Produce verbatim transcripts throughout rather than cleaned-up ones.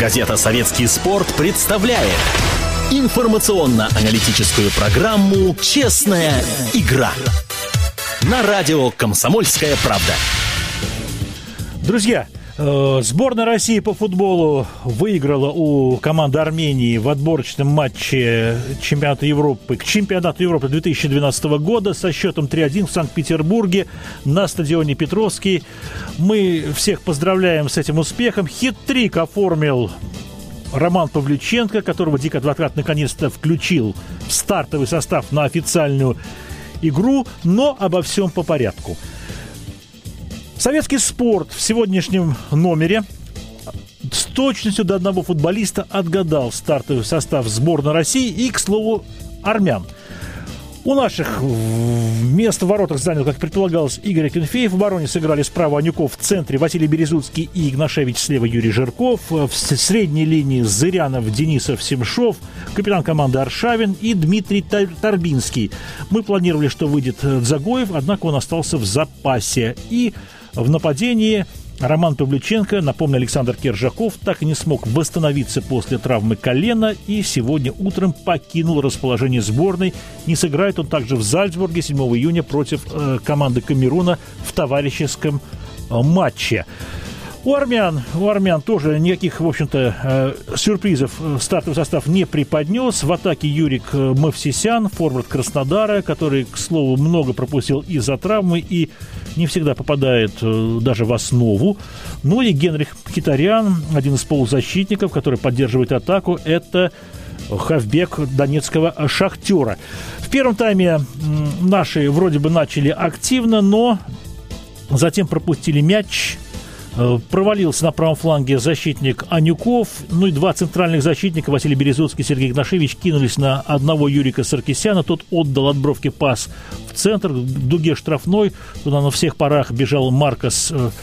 Газета «Советский спорт» представляет информационно-аналитическую программу «Честная игра» на радио «Комсомольская правда». Друзья, сборная России по футболу выиграла у команды Армении в отборочном матче чемпионата Европы к чемпионату Европы две тысячи двенадцатого года со счетом три один в Санкт-Петербурге на стадионе Петровский. Мы всех поздравляем с этим успехом. Хит-трик оформил Роман Павлюченко, которого Дик-адвокат наконец-то включил в стартовый состав на официальную игру, но обо всем по порядку. Советский спорт в сегодняшнем номере с точностью до одного футболиста отгадал стартовый состав сборной России и, к слову, армян. У наших место в воротах занял, как предполагалось, Игорь Акинфеев. В обороне сыграли справа Анюков, в центре Василий Березуцкий и Игнашевич, слева Юрий Жирков. В средней линии Зырянов, Денисов, Семшов, капитан команды Аршавин и Дмитрий Торбинский. Мы планировали, что выйдет Дзагоев, однако он остался в запасе. И в нападении Роман Павлюченко, напомню, Александр Кержаков, так и не смог восстановиться после травмы колена и сегодня утром покинул расположение сборной. Не сыграет он также в Зальцбурге седьмого июня против э, команды Камеруна в товарищеском э, матче. У армян, у армян тоже никаких, в общем-то, э, сюрпризов стартовый состав не преподнес. В атаке Юрик Мавсисян, форвард Краснодара, который, к слову, много пропустил из-за травмы и не всегда попадает э, даже в основу. Ну и Генрих Мхитарян, один из полузащитников, который поддерживает атаку, это хавбек донецкого «Шахтера». В первом тайме э, наши вроде бы начали активно, но затем пропустили мяч. Провалился на правом фланге защитник Анюков. Ну и два центральных защитника, Василий Березуцкий и Сергей Игнашевич, кинулись на одного Юрика Саркисяна. Тот отдал от бровки пас в центр, в дуге штрафной. Туда на всех парах бежал Маркос э,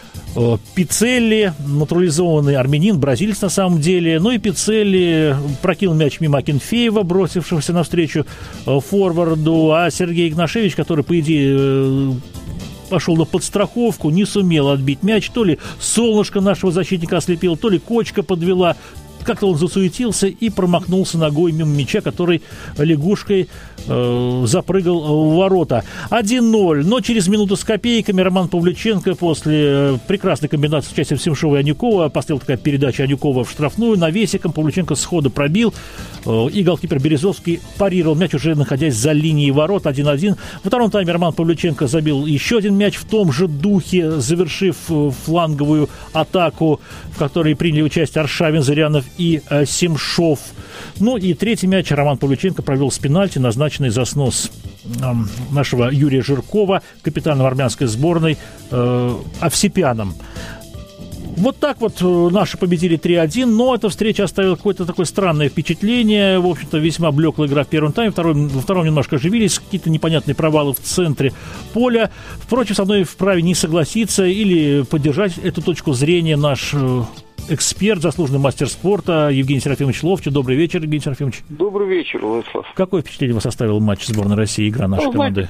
э, Пиццелли, натурализованный армянин, бразилец на самом деле. Ну и Пиццелли прокинул мяч мимо Акинфеева, бросившегося навстречу э, форварду. А Сергей Игнашевич, который, по идее, э, пошел на подстраховку, не сумел отбить мяч. То ли солнышко нашего защитника ослепило, то ли кочка подвела. Как-то он засуетился и промахнулся ногой мимо мяча, который лягушкой э, запрыгал в ворота. один ноль. Но через минуту с копейками Роман Павлюченко после э, прекрасной комбинации с участием Семшова и Анюкова, поставил такая передача Анюкова в штрафную, навесиком Павлюченко сходу пробил. Э, и голкипер Березовский парировал мяч, уже находясь за линией ворот. один один. Во втором тайме Роман Павлюченко забил еще один мяч в том же духе, завершив э, фланговую атаку, в которой приняли участие Аршавин, Зырянов и э, Семшов. Ну и третий мяч Роман Павлюченко провел с пенальти, назначенный за снос э, нашего Юрия Жиркова, капитаном армянской сборной, э, Овсепяном. Вот так вот наши победили три один, но эта встреча оставила какое-то такое странное впечатление. В общем-то, весьма блеклая игра в первом тайме, второй, во втором немножко оживились, какие-то непонятные провалы в центре поля. Впрочем, со мной вправе не согласиться или поддержать эту точку зрения наш э, эксперт, заслуженный мастер спорта Евгений Серафимович Ловчев. Добрый вечер, Евгений Серафимович. Добрый вечер, Владислав. Какое впечатление вас оставил матч сборной России, игра нашей ну, команды?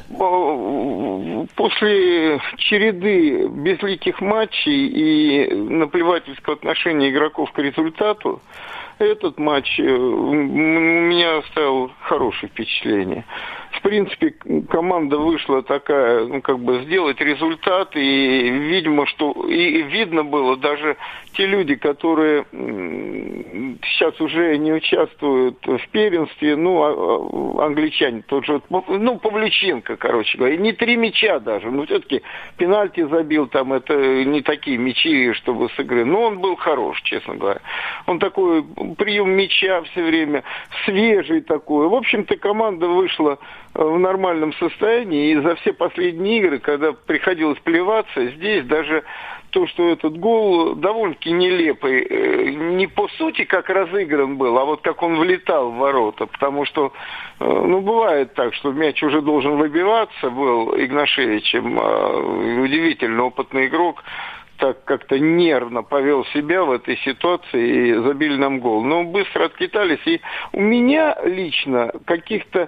После череды безликих матчей и наплевательского отношения игроков к результату, этот матч у меня оставил хорошее впечатление. В принципе, команда вышла такая, ну, как бы сделать результат, и видимо, что и видно было даже те люди, которые сейчас уже не участвуют в первенстве, ну, англичане, тот же, ну, Павлюченко, короче говоря, не три мяча даже, но все-таки пенальти забил, там, это не такие мячи, чтобы с игры, но он был хорош, честно говоря. Он такой, прием мяча все время, свежий такой. В общем-то, команда вышла в нормальном состоянии, и за все последние игры, когда приходилось плеваться, здесь даже то, что этот гол довольно-таки нелепый, не по сути, как разыгран был, а вот как он влетал в ворота, потому что, ну, бывает так, что мяч уже должен выбиваться, был Игнашевичем, удивительно опытный игрок, так как-то нервно повел себя в этой ситуации и забили нам гол. Но быстро откитались, и у меня лично каких-то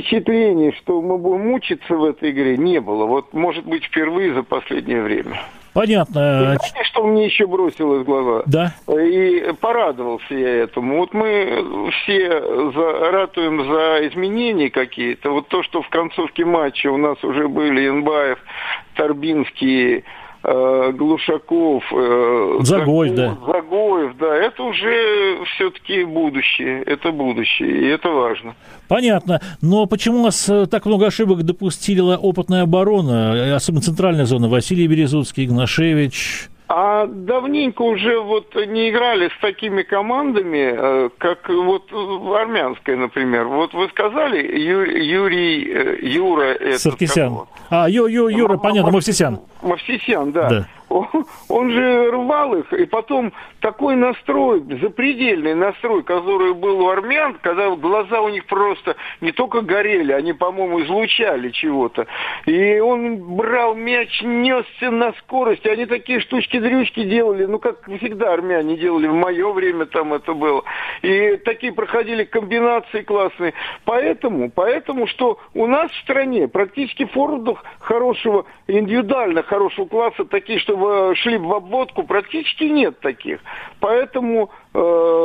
впечатлений, что мы будем мучиться в этой игре, не было. Вот, может быть, впервые за последнее время. Понятно. Знаете, что мне еще бросилось в глаза? Да. И порадовался я этому. Вот мы все за, ратуем за изменения какие-то. Вот то, что в концовке матча у нас уже были Инбаев, Торбинский, э, Глушаков, э, Загоев, да. Загоев, да, это уже все-таки будущее. Это будущее, и это важно. Понятно. Но почему у нас так много ошибок допустила опытная оборона, особенно центральная зона? Василий Березуцкий, Игнашевич. А давненько уже вот не играли с такими командами, как вот армянская, например. Вот вы сказали, Юрий, Юрий Юра... Саркисян. А, Ю, Ю, Юра, понятно, Мовсисян. Мовсисян, да. да. Он, он же рвал их, и потом такой настрой, запредельный настрой, который был у армян, когда глаза у них просто не только горели, они, по-моему, излучали чего-то. И он брал мяч, несся на скорости, они такие штучки-дрючки делали, ну, как всегда армяне делали, в мое время там это было. И такие проходили комбинации классные. Поэтому, поэтому, что у нас в стране практически форвардов хорошего, индивидуально хорошего класса, такие, чтобы шли в обводку, практически нет таких. Поэтому э,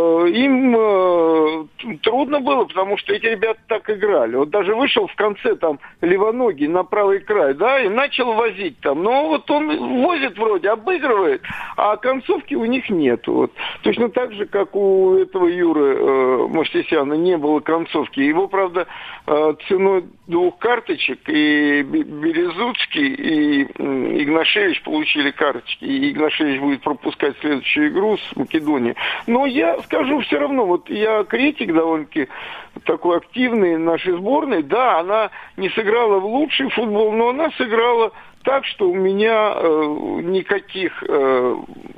им э, трудно было, потому что эти ребята так играли. Вот даже вышел в конце там левоногий на правый край, да, и начал возить там. Но вот он возит вроде, обыгрывает, а концовки у них нет. Вот. Точно так же, как у этого Юры э, Мовсисяна не было концовки. Его, правда, э, ценой двух карточек и Березуцкий, и э, Игнашевич получили карточки. И Игнашевич будет пропускать следующую игру с Македонией. Но я скажу все равно, вот я критик довольно-таки такой активный нашей сборной. Да, она не сыграла в лучший футбол, но она сыграла так, что у меня э, никаких... Э,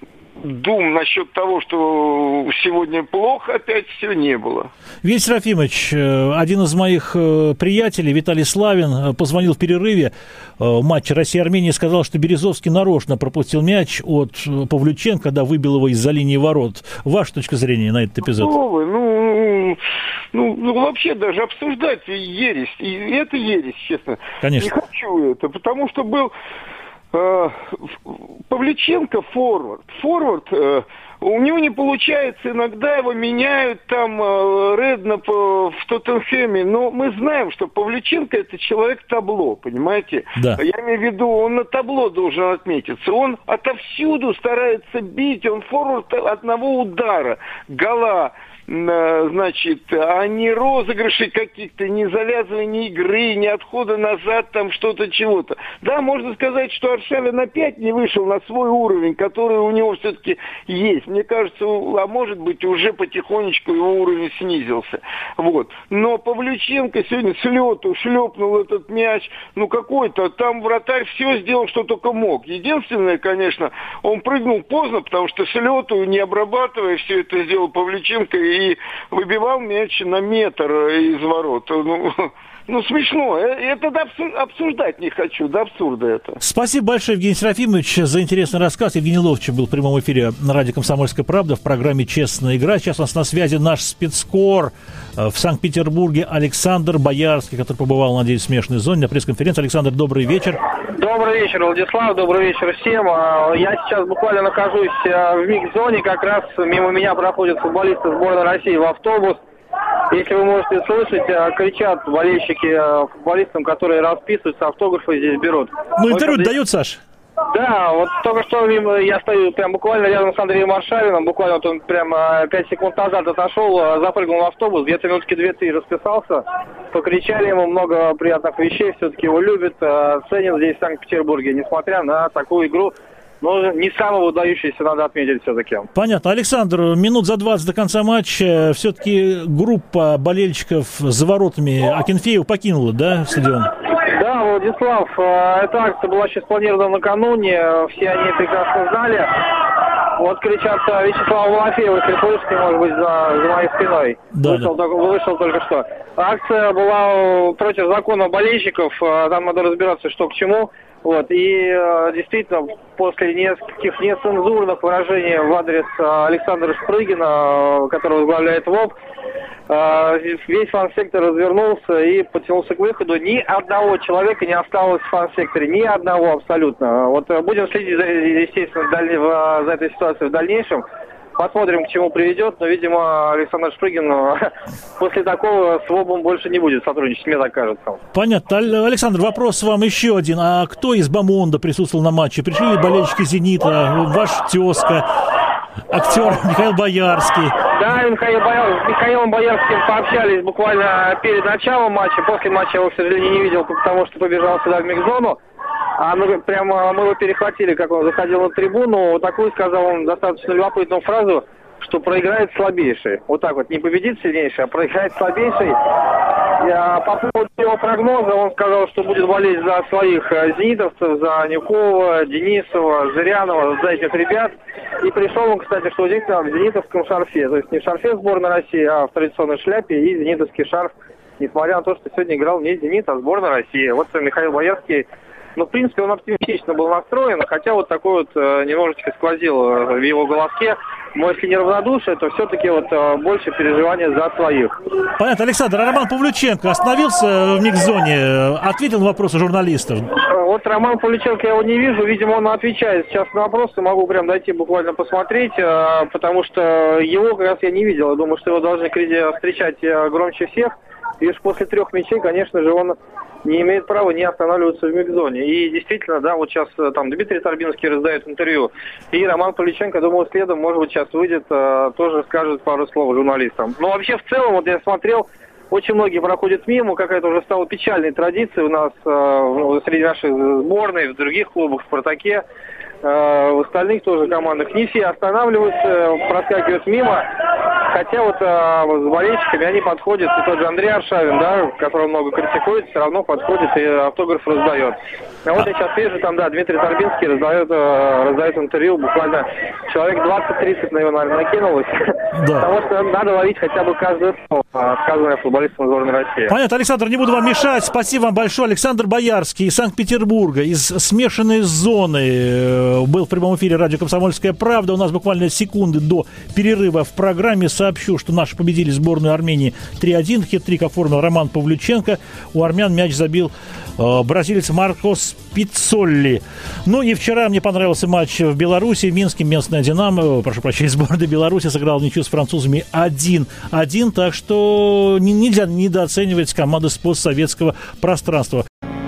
дум насчет того, что сегодня плохо, опять все не было. Виталий Серафимович, один из моих приятелей, Виталий Славин, позвонил в перерыве матча Россия-Армения и сказал, что Березовский нарочно пропустил мяч от Павлюченко, когда выбил его из-за линии ворот. Ваша точка зрения на этот эпизод? Что вы? Ну, ну, ну, вообще даже обсуждать ересь. И это ересь, честно. Конечно. Не хочу это, потому что был... Павлюченко форвард. Форвард, э, у него не получается, иногда его меняют там э, Реднап э, в Тоттенхэме, но мы знаем, что Павлюченко это человек табло, понимаете? Да. Я имею в виду, он на табло должен отметиться. Он отовсюду старается бить, он форвард одного удара, гола. Значит, а не розыгрыши каких-то, не завязывания игры, не отхода назад, там что-то, чего-то. Да, можно сказать, что Аршавин опять не вышел на свой уровень, который у него все-таки есть. Мне кажется, а может быть, уже потихонечку его уровень снизился. Вот. Но Павлюченко сегодня с лету шлепнул этот мяч, ну какой-то, там вратарь все сделал, что только мог. Единственное, конечно, он прыгнул поздно, потому что с лету, не обрабатывая, все это сделал Павлюченко и выбивал мяч на метр из ворот. Ну, ну смешно. Это обсуждать не хочу, до абсурда это. Спасибо большое, Евгений Серафимович, за интересный рассказ. Евгений Ловчев был в прямом эфире на радио «Комсомольская правда» в программе «Честная игра». Сейчас у нас на связи наш спецкор в Санкт-Петербурге Александр Боярский, который побывал, надеюсь, в смешанной зоне на пресс-конференции. Александр, добрый вечер. Добрый вечер, Владислав, добрый вечер всем. Я сейчас буквально нахожусь в микс-зоне, как раз мимо меня проходят футболисты сборной России в автобус. Если вы можете слышать, кричат болельщики футболистам, которые расписываются, автографы здесь берут. Ну, интервью здесь... дают, Саш? Да, вот только что я стою прям буквально рядом с Андреем Маршавиным, буквально вот он прям пять секунд назад отошел, запрыгнул в автобус, где-то минутки две-три расписался, покричали ему, много приятных вещей, все-таки его любят, ценят здесь в Санкт-Петербурге, несмотря на такую игру. Но не самое выдающееся, надо отметить все-таки. Понятно. Александр, минут за двадцать до конца матча все-таки группа болельщиков за воротами Акинфеева покинула, да, стадион? Да, Владислав, эта акция была сейчас спланирована накануне, все они прекрасно знали. Вот кричат Вячеслав Малафеев, если слышите, может быть, за, за моей спиной. Да, вышел, да. Только, вышел только что. Акция была против закона болельщиков, там надо разбираться, что к чему. Вот, и э, действительно, после нескольких нецензурных выражений в адрес э, Александра Шпрыгина, э, который возглавляет ВОП, Весь фан-сектор развернулся и потянулся к выходу. Ни одного человека не осталось в фан-секторе. Ни одного абсолютно. Вот будем следить, за, естественно, в, за этой ситуацией в дальнейшем. Посмотрим, к чему приведет. Но, видимо, Александр Шпрыгин после такого с ВОБом больше не будет сотрудничать, мне так кажется. Понятно. Александр, вопрос вам еще один. А кто из Бомонда присутствовал на матче? Пришли ли болельщики «Зенита», ваш тезка, актер Михаил Боярский? Да, Михаил Бояр... с Михаилом Боярским пообщались буквально перед началом матча. После матча я его, к сожалению, не видел, потому что побежал сюда в микс-зону. А мы прямо мы его перехватили, как он заходил на трибуну. Вот такую сказал он достаточно любопытную фразу, что проиграет слабейший. Вот так вот, не победит сильнейший, а проиграет слабейший. Я, по поводу его прогноза, он сказал, что будет болеть за своих зенитовцев, за Нюкова, Денисова, Зырянова, за этих ребят. И пришел он, кстати, что удивительно, в зенитовском шарфе. То есть не в шарфе сборной России, а в традиционной шляпе и зенитовский шарф. Несмотря на то, что сегодня играл не «Зенит», а сборная России. Вот Михаил Боярский. Ну, в принципе, он оптимистично был настроен, хотя вот такой вот э, немножечко сквозил э, в его голоске. Но если не равнодушие, то все-таки вот э, больше переживания за своих. Понятно, Александр, а Роман Павлюченко остановился в микс-зоне, ответил на вопросы журналистов? Вот Роман Павлюченко, я его не вижу, видимо, он отвечает сейчас на вопросы, могу прям дойти буквально посмотреть, э, потому что его как раз я не видел, я думаю, что его должны встречать громче всех. И лишь после трех мячей, конечно же, он не имеет права не останавливаться в микс-зоне. И действительно, да, вот сейчас там Дмитрий Торбинский раздает интервью, и Роман Павлюченко, думаю, следом, может быть, сейчас выйдет, тоже скажет пару слов журналистам. Но вообще, в целом, вот я смотрел, очень многие проходят мимо, какая-то уже стала печальной традицией у нас ну, среди наших сборной, в других клубах, в «Спартаке», в остальных тоже командах. Не все останавливаются, проскакивают мимо. Хотя вот а, с болельщиками они подходят, и тот же Андрей Аршавин, да, которого много критикует, все равно подходит и автограф раздает. А вот я сейчас вижу, там, да, Дмитрий Торбинский раздает, а, раздает интервью, буквально человек двадцать-тридцать на него, наверное, накинулось. Да. Потому что надо ловить хотя бы каждое слово, сказанное футболистам сборной России. Понятно, Александр, не буду вам мешать. Спасибо вам большое. Александр Боярский из Санкт-Петербурга, из смешанной зоны, был в прямом эфире радио «Комсомольская правда». У нас буквально секунды до перерыва в программе. Сообщу, что наши победили сборную Армении три-один. Хет-трик оформил Роман Павлюченко. У армян мяч забил э, бразилец Маркос Пиццолли. Ну и вчера мне понравился матч в Беларуси. В Минске местная «Динамо», прошу прощения, сборная Беларуси сыграла ничью с французами один-один. Так что не, нельзя недооценивать команды с постсоветского пространства.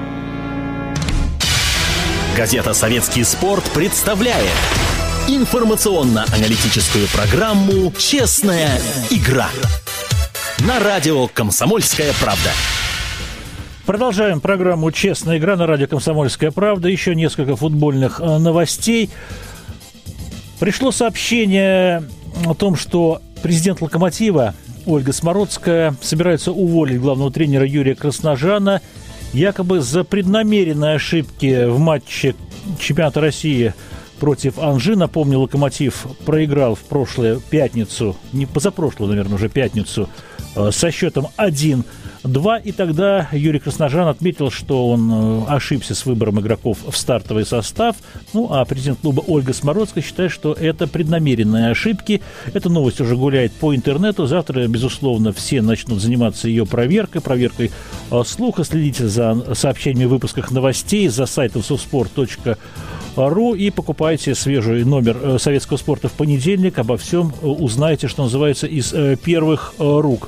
Газета «Советский спорт» представляет информационно-аналитическую программу «Честная игра» на радио «Комсомольская правда». Продолжаем программу «Честная игра» на радио «Комсомольская правда». Еще несколько футбольных новостей. Пришло сообщение о том, что президент «Локомотива» Ольга Смородская собирается уволить главного тренера Юрия Красножана якобы за преднамеренные ошибки в матче чемпионата России против Анжи. Напомню, «Локомотив» проиграл в прошлую пятницу, не позапрошлую, наверное, уже пятницу, со счетом один-два. И тогда Юрий Красножан отметил, что он ошибся с выбором игроков в стартовый состав. Ну, а президент клуба Ольга Смородская считает, что это преднамеренные ошибки. Эта новость уже гуляет по интернету. Завтра, безусловно, все начнут заниматься ее проверкой, проверкой слуха. Следите за сообщениями в выпусках новостей, за сайтом софтспорт точка ру и покупайте свежий номер «Советского спорта» в понедельник. Обо всем узнаете, что называется, из первых рук.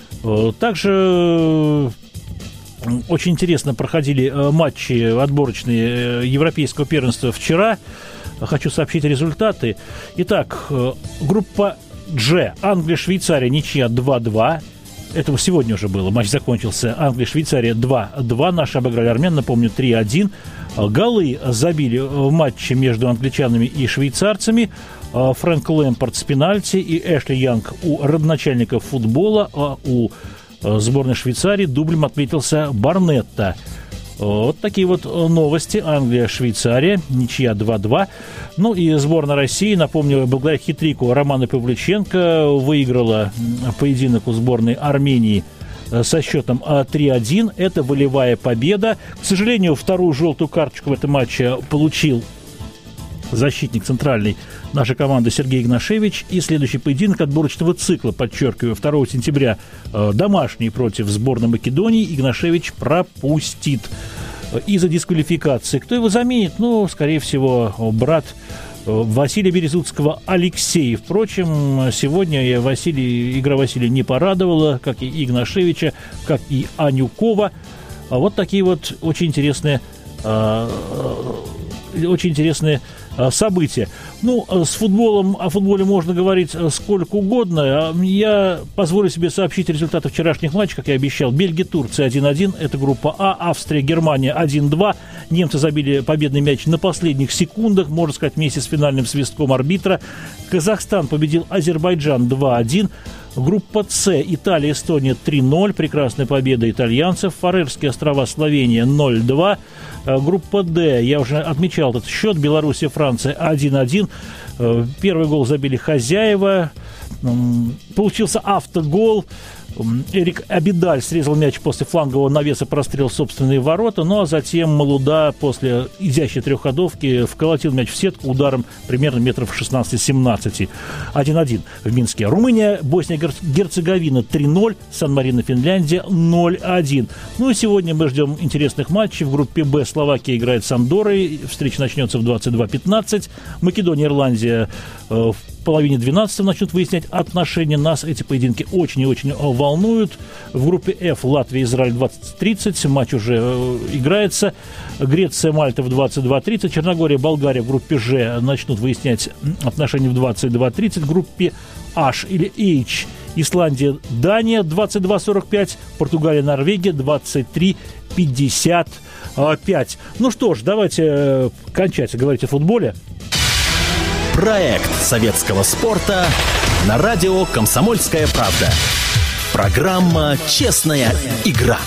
Также очень интересно проходили матчи отборочные европейского первенства вчера. Хочу сообщить результаты. Итак, группа G. Англия, Швейцария, ничья два-два. Это сегодня уже было. Матч закончился. Англия, Швейцария два-два. Наши обыграли армян, напомню, три-один. Голы забили в матче между англичанами и швейцарцами. Фрэнк Лэмпард с пенальти и Эшли Янг у родоначальников футбола. А у сборной Швейцарии дублем отметился Барнетта. Вот такие вот новости. Англия, Швейцария, ничья два-два. Ну и сборная России, напомню, благодаря хит-трику Романа Павлюченко выиграла поединок у сборной Армении со счетом три-один. Это волевая победа. К сожалению, вторую желтую карточку в этом матче получил защитник центральный нашей команды Сергей Игнашевич. И следующий поединок отборочного цикла, подчеркиваю, второго сентября, домашний против сборной Македонии, Игнашевич пропустит из-за дисквалификации. Кто его заменит? Ну, скорее всего, брат Василия Березутского Алексей. Впрочем, сегодня Василий, игра Василия не порадовала, как и Игнашевича, как и Анюкова. Вот такие вот очень интересные, очень интересные события. Ну, с футболом, о футболе можно говорить сколько угодно. Я позволю себе сообщить результаты вчерашних матчей, как я обещал. Бельгия-Турция один один, это группа А. Австрия-Германия один два. Немцы забили победный мяч на последних секундах, можно сказать, вместе с финальным свистком арбитра. Казахстан победил Азербайджан два один. Группа С. Италия, Эстония три ноль. Прекрасная победа итальянцев. Фарерские острова, Словения ноль два. Группа Д. Я уже отмечал этот счет. Белоруссия, Франция один один. Первый гол забили хозяева. Получился автогол. Эрик Абидаль срезал мяч после флангового навеса, прострелил собственные ворота. Ну а затем Малуда после изящной трехходовки вколотил мяч в сетку ударом примерно метров шестнадцать-семнадцать. один один в Минске. Румыния, Босния-Герцеговина три ноль. Сан-Марино, Финляндия ноль один. Ну и сегодня мы ждем интересных матчей. В группе Б Словакия играет с Андоррой. Встреча начнется в двадцать два пятнадцать. Македония, Ирландия в половине двенадцатого начнут выяснять отношения. Нас эти поединки очень и очень волнуют. В группе F Латвия, Израиль двадцать тридцать. Матч уже э, играется. Греция, Мальта в двадцать два тридцать. Черногория, Болгария в группе Ж начнут выяснять отношения в двадцать два тридцать. В группе H или H Исландия, Дания двадцать два сорок пять. Португалия, Норвегия двадцать три пятьдесят пять. Ну что ж, давайте э, кончать говорить о футболе. Проект советского спорта на радио «Комсомольская правда». Программа «Честная игра».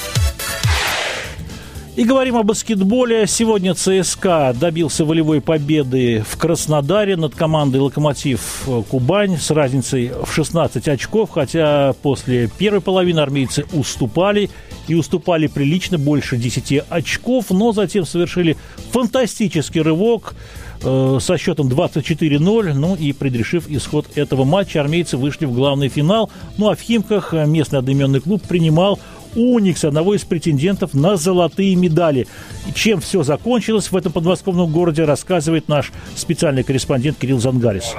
И говорим о баскетболе. Сегодня ЦСКА добился волевой победы в Краснодаре над командой «Локомотив Кубань» с разницей в шестнадцать очков, хотя после первой половины армейцы уступали, и уступали прилично, больше десяти очков, но затем совершили фантастический рывок э, со счетом двадцать четыре ноль, ну и предрешив исход этого матча, армейцы вышли в главный финал. Ну а в Химках местный одноименный клуб принимал «Уникс», одного из претендентов на золотые медали. И чем все закончилось в этом подмосковном городе, рассказывает наш специальный корреспондент Кирилл Зангарис.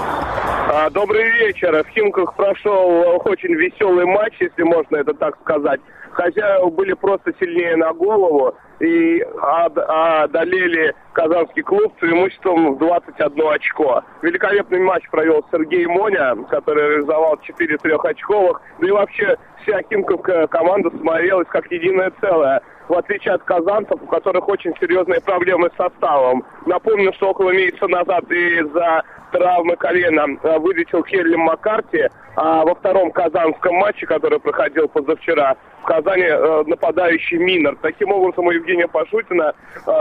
Добрый вечер. В Химках прошел очень веселый матч, если можно это так сказать. Хозяева были просто сильнее на голову и одолели казанский клуб преимуществом в двадцать одно очко. Великолепный матч провел Сергей Моня, который реализовал четыре трехочковых. Да и вообще вся химковская команда смотрелась как единое целое. В отличие от казанцев, у которых очень серьезные проблемы с составом. Напомню, что около месяца назад из-за травмы колена вылетел Хелли Маккарти, а во втором казанском матче, который проходил позавчера, в Казани э, нападающий Минер. Таким образом, у Евгения Пашутина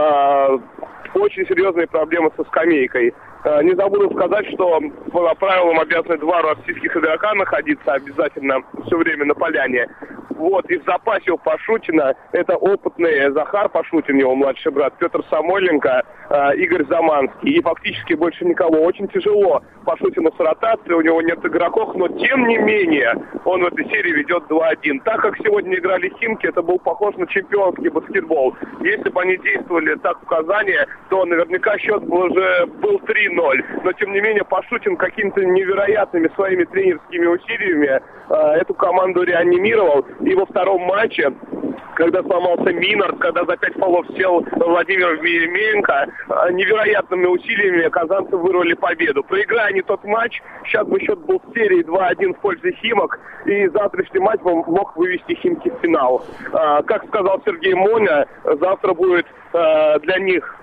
э, очень серьезные проблемы со скамейкой. Э, не забуду сказать, что по правилам обязаны два российских игрока находиться обязательно все время на поляне. Вот, и в запасе у Пашутина это опытный Захар Пашутин, его младший брат, Петр Самойленко, э, Игорь Заманский. И фактически больше никого. Очень тяжело Пашутину с ротацией, у него нет игроков, но тем не менее он в этой серии ведет два один. Так как сегодня играли Химки, это был похож на чемпионский баскетбол. Если бы они действовали так в Казани, то наверняка счет был уже был три ноль. Но тем не менее Пашутин какими-то невероятными своими тренерскими усилиями э, эту команду реанимировал. И во втором матче, когда сломался Минард, когда за пять фолов сел Владимир Еременко, невероятными усилиями казанцы вырвали победу. Проиграя они тот матч, сейчас бы счет был в серии два один в пользу Химок, и завтрашний матч мог вывести Химки в финал. Как сказал Сергей Моня, завтра будет для них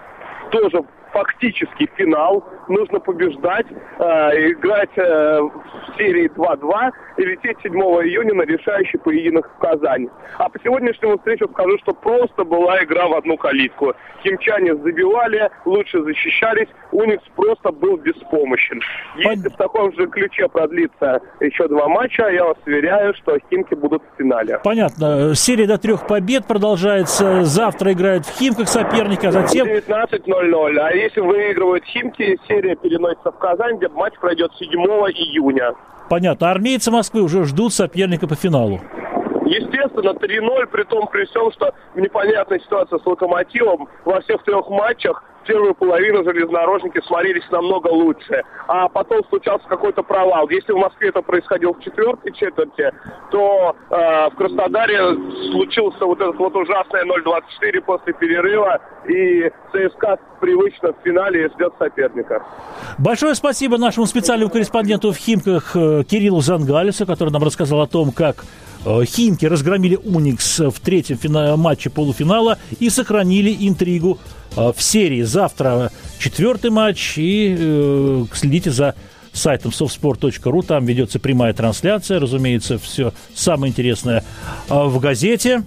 тоже фактически финал. Нужно побеждать, э, играть э, в серии два-два и лететь седьмого июня на решающий поединок в Казань. А по сегодняшнему встречу скажу, что просто была игра в одну калитку. Химчане забивали, лучше защищались, Уникс просто был беспомощен. Если в таком же ключе продлится еще два матча, я вас уверяю, что Химки будут в финале. Понятно. Серия до трех побед продолжается. Завтра играют в Химках соперника, а затем... девятнадцать ноль ноль. А Одессе выигрывают Химки, серия переносится в Казань, где матч пройдет седьмого июня. Понятно. Армейцы Москвы уже ждут соперника по финалу. Естественно, три ноль, при том, при всем, что непонятная ситуация с «Локомотивом». Во всех трех матчах первую половину железнодорожники смотрелись намного лучше. А потом случался какой-то провал. Если в Москве это происходило в четвертой четверти, то э, в Краснодаре случился вот этот вот ужасный ноль двадцать четыре после перерыва. И ЦСКА привычно в финале ждет соперника. Большое спасибо нашему специальному корреспонденту в Химках Кириллу Зангалису, который нам рассказал о том, как Химки разгромили Уникс в третьем фина- матче полуфинала и сохранили интригу в серии. Завтра четвертый матч, и э, следите за сайтом софтспорт точка ру, там ведется прямая трансляция, разумеется, все самое интересное в газете.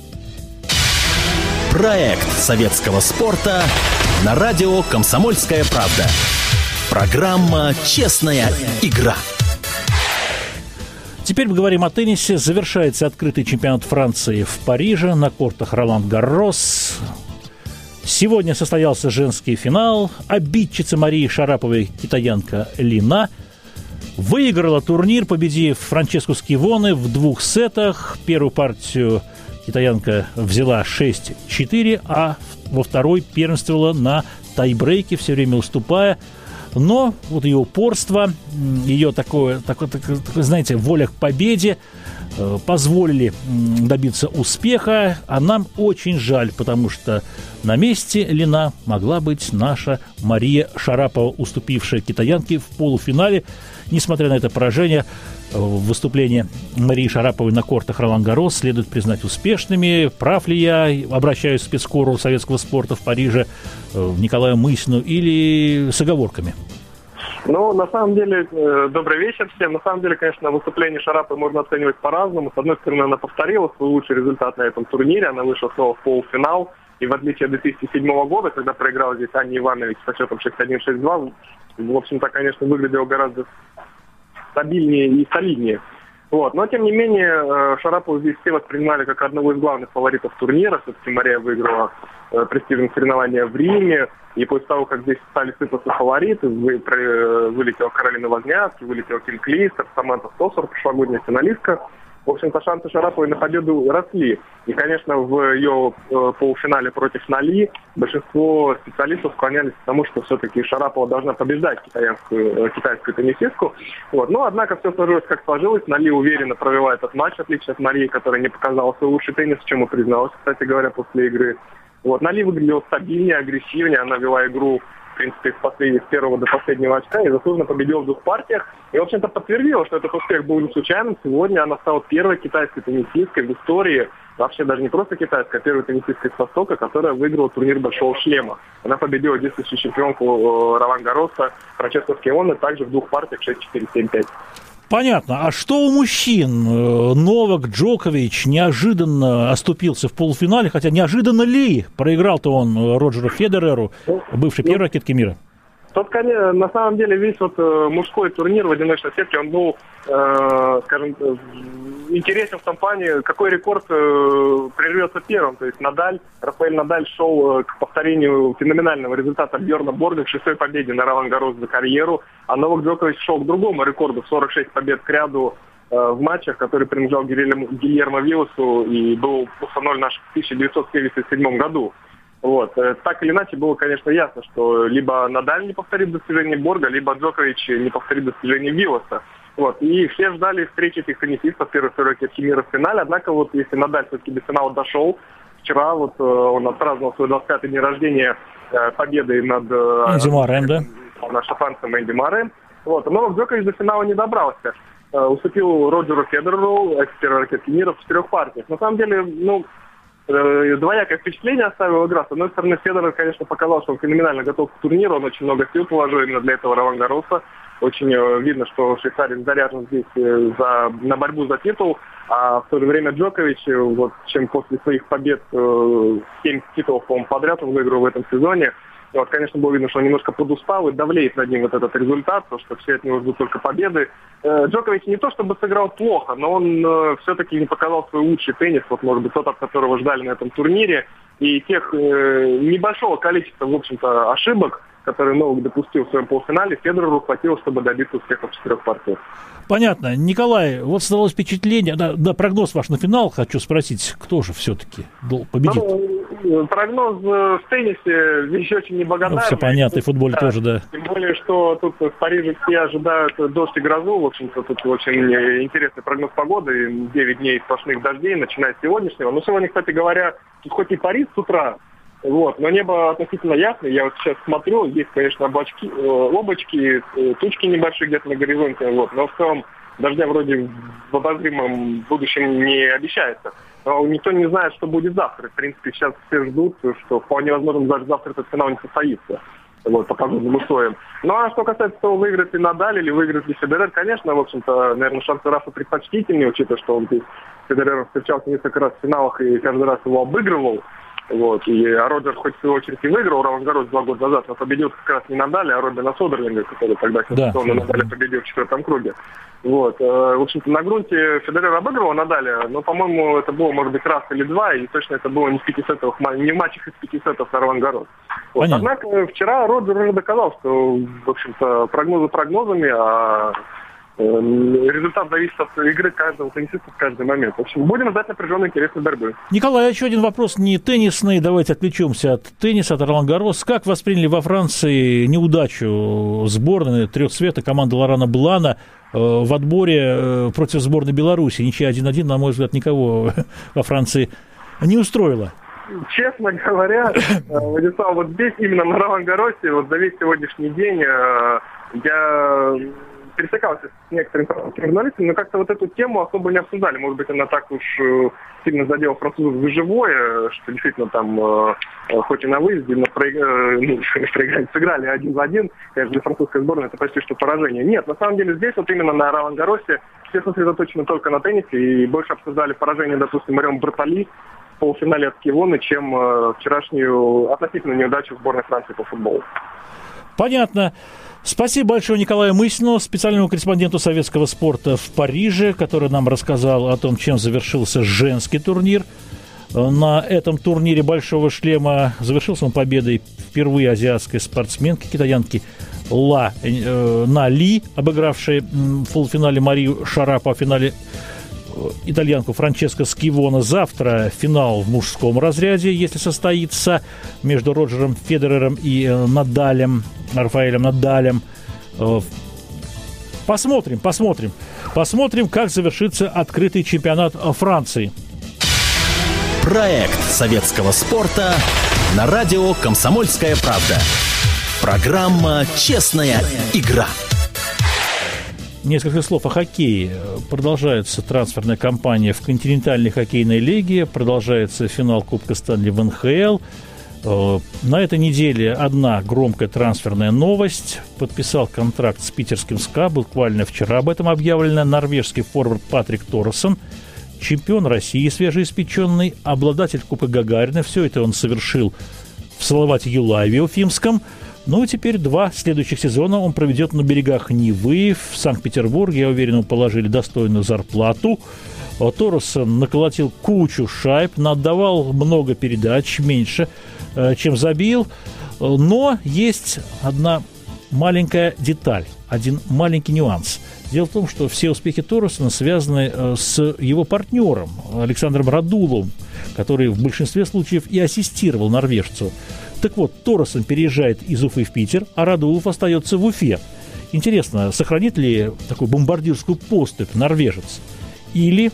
Проект советского спорта на радио «Комсомольская правда». Программа «Честная игра». Теперь мы говорим о теннисе. Завершается открытый чемпионат Франции в Париже на кортах Ролан-Гаррос. Сегодня состоялся женский финал. Обидчица Марии Шараповой, китаянка Ли На, выиграла турнир, победив Франческу Скивоне в двух сетах. Первую партию китаянка взяла шесть четыре, а во второй первенствовала на тайбрейке, все время уступая. Но вот ее упорство, ее такое, такое, такое, знаете, воля к победе э, позволили добиться успеха. А нам очень жаль, потому что на месте Ли На могла быть наша Мария Шарапова, уступившая китаянке в полуфинале. Несмотря на это поражение, выступление Марии Шараповой на кортах Ролан-Гаррос следует признать успешными. Прав ли я? Обращаюсь к спецкору советского спорта в Париже, Николаю Мысину, или с оговорками? Ну, на самом деле, э, добрый вечер всем. На самом деле, конечно, выступление Шараповой можно оценивать по-разному. С одной стороны, она повторила свой лучший результат на этом турнире. Она вышла снова в полуфинал. И в отличие от две тысячи седьмого года, когда проиграл здесь Анне Иванович со счетом шесть один шесть два, в общем-то, конечно, выглядело гораздо стабильнее и солиднее. Вот. Но, тем не менее, Шарапову здесь все воспринимали как одного из главных фаворитов турнира. Все-таки Мария выиграла э, престижные соревнования в Риме. И после того, как здесь стали сыпаться фавориты, вы, про, вылетела Каролина Возняцки, вылетела Ким Клейстер, Саманта Стосер, прошлогодняя финалистка. В общем-то, шансы Шараповой на победу росли. И, конечно, в ее э, полуфинале против Нали большинство специалистов склонялись к тому, что все-таки Шарапова должна побеждать китайскую, э, китайскую теннисистку. Вот. Но, однако, все сложилось, как сложилось. Нали уверенно провела этот матч, в отличие от Марии, которая не показала свой лучший теннис, в чем и призналась, кстати говоря, после игры. Вот. Нали выглядела стабильнее, агрессивнее. Она вела игру, в принципе, с, последнего, с первого до последнего очка и заслуженно победила в двух партиях. И, в общем-то, подтвердила, что этот успех был не случайным. Сегодня она стала первой китайской теннисисткой в истории, вообще даже не просто китайской, а первой теннисисткой с Востока, которая выиграла турнир Большого шлема. Она победила действующую чемпионку Ролан-Гарроса Франческу Скивоне также в двух партиях шесть четыре семь пять. Понятно. А что у мужчин? Новак Джокович неожиданно оступился в полуфинале, хотя неожиданно ли? Проиграл-то он Роджеру Федереру, бывший первой ракетки мира. Тут, конечно, на самом деле весь вот э, мужской турнир в одиночной сетке, он был, э, скажем, э, интересен в том плане, какой рекорд э, прервется первым. То есть Надаль, Рафаэль Надаль шел э, к повторению феноменального результата Бьорна Борга к шестой победе на Ролан-Гаррос за карьеру, а Новак Джокович шел к другому рекорду в сорок шесть побед к ряду э, в матчах, который принадлежал Гильермо Вилласу и был установлен аж в тысяча девятьсот семьдесят седьмом году. Вот. Так или иначе, было, конечно, ясно, что либо Надаль не повторит достижение Борга, либо Джокович не повторит достижение Вилласа. Вот. И все ждали встречи этих теннисистов в первой второй ракетки мира в финале. Однако, вот если Надаль все-таки до финала дошел, вчера вот он отпраздновал свой двадцать пятый день рождения победой над Энди Морреем, да? над шотландцем Энди Морреем. Вот. Но Джокович до финала не добрался. Уступил Роджеру Федереру в первой ракетке мира в четырех партиях. На самом деле, ну, двоякое впечатление оставила игра. С одной стороны, Федерер, конечно, показал, что он феноменально готов к турниру. Он очень много сил положил именно для этого Ролан-Гарроса. Очень видно, что швейцарец заряжен здесь за, на борьбу за титул. А в то же время Джокович, вот, чем после своих побед, семь титулов, по-моему, подряд он выиграл в этом сезоне. Вот, конечно, было видно, что он немножко подустал и давлеет над ним вот этот результат, потому что все от него ждут только победы. Э, Джокович не то чтобы сыграл плохо, но он э, все-таки не показал свой лучший теннис, вот, может быть, тот, от которого ждали на этом турнире. И тех э, небольшого количества, в общем-то, ошибок, который Новак допустил в своем полуфинале, Федереру хватило, чтобы добиться успеха в четырех партиях. Понятно. Николай, вот создалось впечатление, да, да, прогноз ваш на финал, хочу спросить, кто же все-таки победит? Ну, прогноз в теннисе вещь очень неблагодарная. Ну, все понятно, и в футболе да, тоже, да. Тем более, что тут в Париже все ожидают дождь и грозу. В общем-то, тут очень интересный прогноз погоды. девять дней сплошных дождей, начиная с сегодняшнего. Но сегодня, кстати говоря, хоть и Париж с утра, вот, но небо относительно ясное. Я вот сейчас смотрю, есть, конечно, облачки, облачки, тучки небольшие где-то на горизонте, вот, но в целом дождя вроде в обозримом будущем не обещается. Но никто не знает, что будет завтра. В принципе, сейчас все ждут, что вполне возможно даже завтра этот финал не состоится. Вот, по погодным условиям. Ну, а что касается того, выиграет ли Надаль или выиграет ли Федерер, конечно, в общем-то, наверное, шансы Рафа предпочтительнее, учитывая, что он здесь Федерер встречался несколько раз в финалах и каждый раз его обыгрывал. Вот, и а Роджер хоть в свою очередь и выиграл Ролан-Гаррос два года назад, но победил как раз не Надаль, а Робина Содерлинга, который тогда сенсационно да. Надаль победил в четвертом круге. Вот, в общем-то, на грунте Федерер обыгрывал Надаля, но, по-моему, это было, может быть, раз или два, и точно это было не в пяти сетах, не в матчах из пяти сетов на Ролан-Гаррос. Вот. Однако вчера Роджер уже доказал, что, в общем-то, прогнозы прогнозами, а результат зависит от игры каждого теннисиста в каждый момент. В общем, будем ждать напряженной интересной борьбы. Николай, еще один вопрос не теннисный. Давайте отвлечемся от тенниса, от Ролан-Гаррос. Как восприняли во Франции неудачу сборной трех цвета команды Лорана Блана в отборе против сборной Беларуси? Ничья один-один, на мой взгляд, никого во Франции не устроила. Честно говоря, Владислав, вот здесь именно на Ролан-Гарросе, вот за весь сегодняшний день я пересекался с некоторыми журналистами, но как-то вот эту тему особо не обсуждали. Может быть, она так уж сильно задела французов за живое, что действительно там, хоть и на выезде, но проиграли, сыграли один в один. Конечно, для французской сборной это почти что поражение. Нет, на самом деле здесь вот именно на Ролан-Гарросе все сосредоточены только на теннисе и больше обсуждали поражение, допустим, Марион Бартоли в полуфинале от Кивоны, чем вчерашнюю относительно неудачу сборной Франции по футболу. Понятно. Спасибо большое Николаю Мысину, специальному корреспонденту советского спорта в Париже, который нам рассказал о том, чем завершился женский турнир. На этом турнире «Большого шлема» завершился он победой впервые азиатской спортсменки, китаянки Ла, э, На Ли, обыгравшей в полуфинале Марию Шарапова, в финале итальянку Франческо Скивона. Завтра финал в мужском разряде, если состоится, между Роджером Федерером и Надалем, Рафаэлем Надалем. Посмотрим, посмотрим. Посмотрим, как завершится открытый чемпионат Франции. Проект советского спорта на радио «Комсомольская правда». Программа «Честная игра». Несколько слов о хоккее. Продолжается трансферная кампания в континентальной хоккейной лиге. Продолжается финал Кубка Стэнли в эн ха эл. На этой неделе одна громкая трансферная новость. Подписал контракт с питерским СКА. Буквально вчера об этом объявлено. Норвежский форвард Патрик Торрессон. Чемпион России свежеиспеченный. Обладатель Кубка Гагарина. Все это он совершил в Салавате Юлаеве Уфимском. Ну и теперь два следующих сезона он проведет на берегах Невы в Санкт-Петербурге. Я уверен, ему положили достойную зарплату. Торрессон наколотил кучу шайб, наотдавал много передач, меньше, чем забил. Но есть одна маленькая деталь, один маленький нюанс. Дело в том, что все успехи Торресона связаны с его партнером Александром Радуловым, который в большинстве случаев и ассистировал норвежцу. Так вот, Торрессон переезжает из Уфы в Питер, а Радулов остается в Уфе. Интересно, сохранит ли такую бомбардирскую поступь норвежец? Или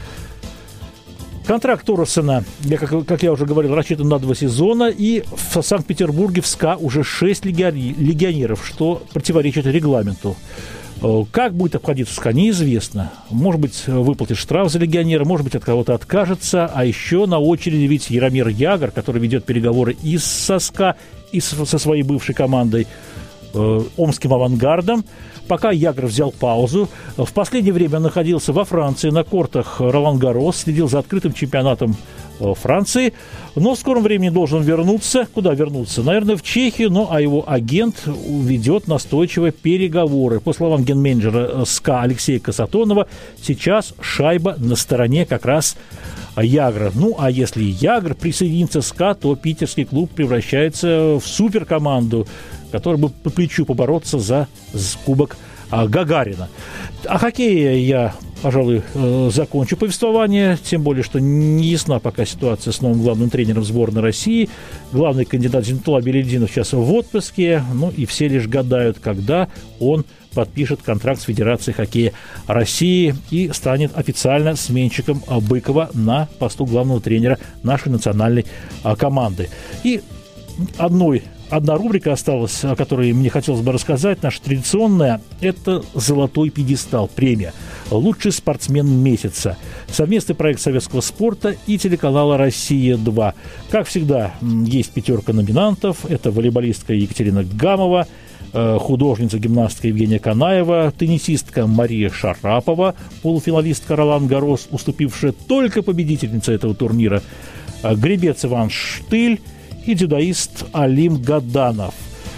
контракт Торрессона, я, как, как я уже говорил, рассчитан на два сезона, и в Санкт-Петербурге в СКА уже шесть легионеров, что противоречит регламенту. Как будет обходиться СКА, неизвестно. Может быть, выплатит штраф за легионера, может быть, от кого-то откажется. А еще на очереди ведь Яромир Ягр, который ведет переговоры и со СКА, и со своей бывшей командой э, омским «Авангардом». Пока Ягр взял паузу. В последнее время он находился во Франции на кортах Ролан-Гаррос, следил за открытым чемпионатом Франции. Но в скором времени должен вернуться. Куда вернуться? Наверное, в Чехию. Ну, а его агент ведет настойчивые переговоры. По словам генменеджера СКА Алексея Касатонова, сейчас шайба на стороне как раз Ягра. Ну, а если Ягр присоединится к СКА, то питерский клуб превращается в суперкоманду, которая бы по плечу побороться за кубок Гагарина. О хоккее я, пожалуй, закончу повествование, тем более, что не ясна пока ситуация с новым главным тренером сборной России. Главный кандидат Зинтула Белединов сейчас в отпуске, ну и все лишь гадают, когда он подпишет контракт с Федерацией хоккея России и станет официально сменщиком Быкова на посту главного тренера нашей национальной команды. И одной Одна рубрика осталась, о которой мне хотелось бы рассказать, наша традиционная, это «Золотой пьедестал», премия «Лучший спортсмен месяца». Совместный проект советского спорта и телеканала «Россия-два». Как всегда, есть пятерка номинантов. Это волейболистка Екатерина Гамова, художница, гимнастка Евгения Канаева, теннисистка Мария Шарапова, полуфиналистка Ролан Гаррос, уступившая только победительница этого турнира, гребец Иван Штыль и дзюдоист Алим Гаданов.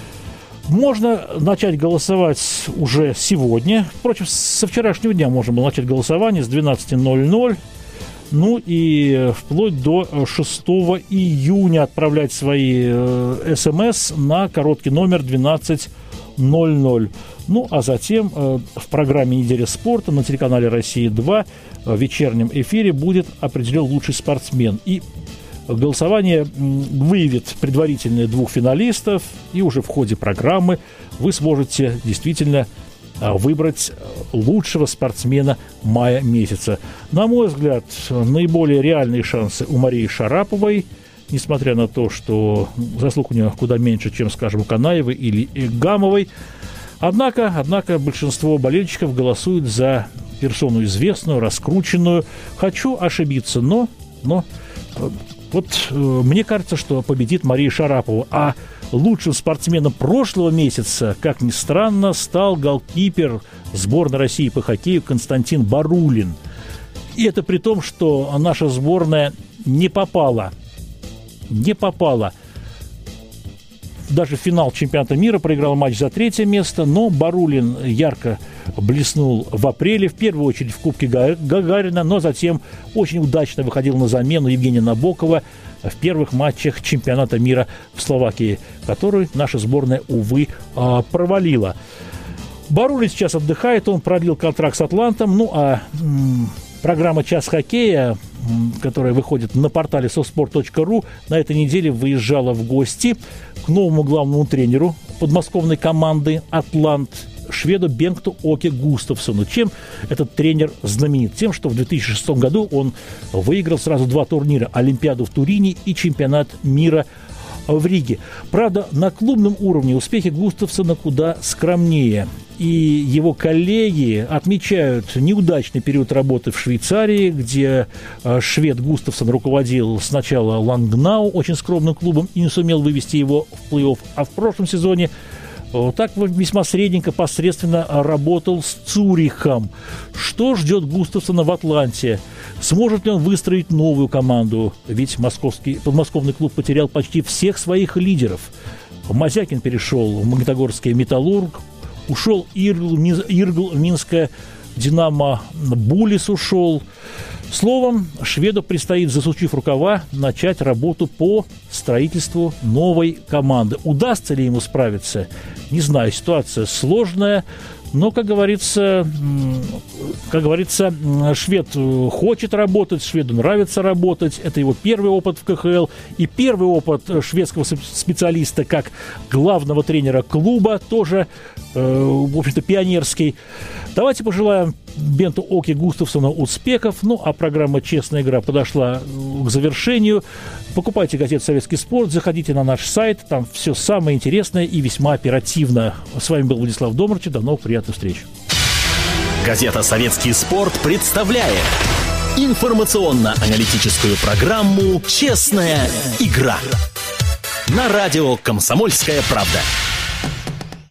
Можно начать голосовать уже сегодня. Впрочем, со вчерашнего дня можно было начать голосование с двенадцати ноль-ноль. Ну и вплоть до шестого июня отправлять свои э, смс на короткий номер двенадцать ноль ноль. Ну, а затем э, в программе «Неделя спорта» на телеканале «Россия-два» в вечернем эфире будет определен лучший спортсмен. И голосование выявит предварительные двух финалистов, и уже в ходе программы вы сможете действительно выбрать лучшего спортсмена мая месяца. На мой взгляд, наиболее реальные шансы у Марии Шараповой, несмотря на то, что заслуг у нее куда меньше, чем, скажем, у Канаевой или Гамовой. Однако, однако большинство болельщиков голосуют за персону известную, раскрученную. Хочу ошибиться, но... но Вот э, мне кажется, что победит Мария Шарапова. А лучшим спортсменом прошлого месяца, как ни странно, стал голкипер сборной России по хоккею Константин Барулин. И это при том, что наша сборная не попала, не попала даже в финал чемпионата мира, проиграл матч за третье место, но Барулин ярко блеснул в апреле, в первую очередь в Кубке Гагарина, но затем очень удачно выходил на замену Евгения Набокова в первых матчах чемпионата мира в Словакии, который наша сборная, увы, провалила. Барулин сейчас отдыхает, он продлил контракт с «Атлантом», ну а м- программа «Час хоккея», которая выходит на портале софтспорт точка ру, на этой неделе выезжала в гости к новому главному тренеру подмосковной команды «Атлант», шведу Бенгту Оке Густавсону. Чем этот тренер знаменит? Тем, что в две тысячи шестом году он выиграл сразу два турнира: Олимпиаду в Турине и чемпионат мира в Риге. Правда, на клубном уровне успехи Густавсона куда скромнее. И его коллеги отмечают неудачный период работы в Швейцарии, где швед Густавсон руководил сначала Лангнау, очень скромным клубом, и не сумел вывести его в плей-офф. А в прошлом сезоне так весьма средненько, посредственно работал с Цюрихом. Что ждет Густавсона в «Атланте»? Сможет ли он выстроить новую команду? Ведь московский, подмосковный клуб потерял почти всех своих лидеров. Мазякин перешел в Магнитогорский «Металлург», ушел Иргл, Иргл Минская «Динамо», Булис ушел. Словом, шведу предстоит, засучив рукава, начать работу по строительству новой команды. Удастся ли ему справиться? Не знаю, ситуация сложная, но, как говорится, как говорится, швед хочет работать, шведу нравится работать. Это его первый опыт в ка ха эл и первый опыт шведского специалиста как главного тренера клуба, тоже, в общем-то, пионерский. Давайте пожелаем Бенту Оке Густавсону успехов. Ну, а программа «Честная игра» подошла к завершению. Покупайте газету «Советский спорт», заходите на наш сайт, там все самое интересное и весьма оперативно. С вами был Владислав Домрачев. До новых приятных встреч. Газета «Советский спорт» представляет информационно-аналитическую программу «Честная игра» на радио «Комсомольская правда».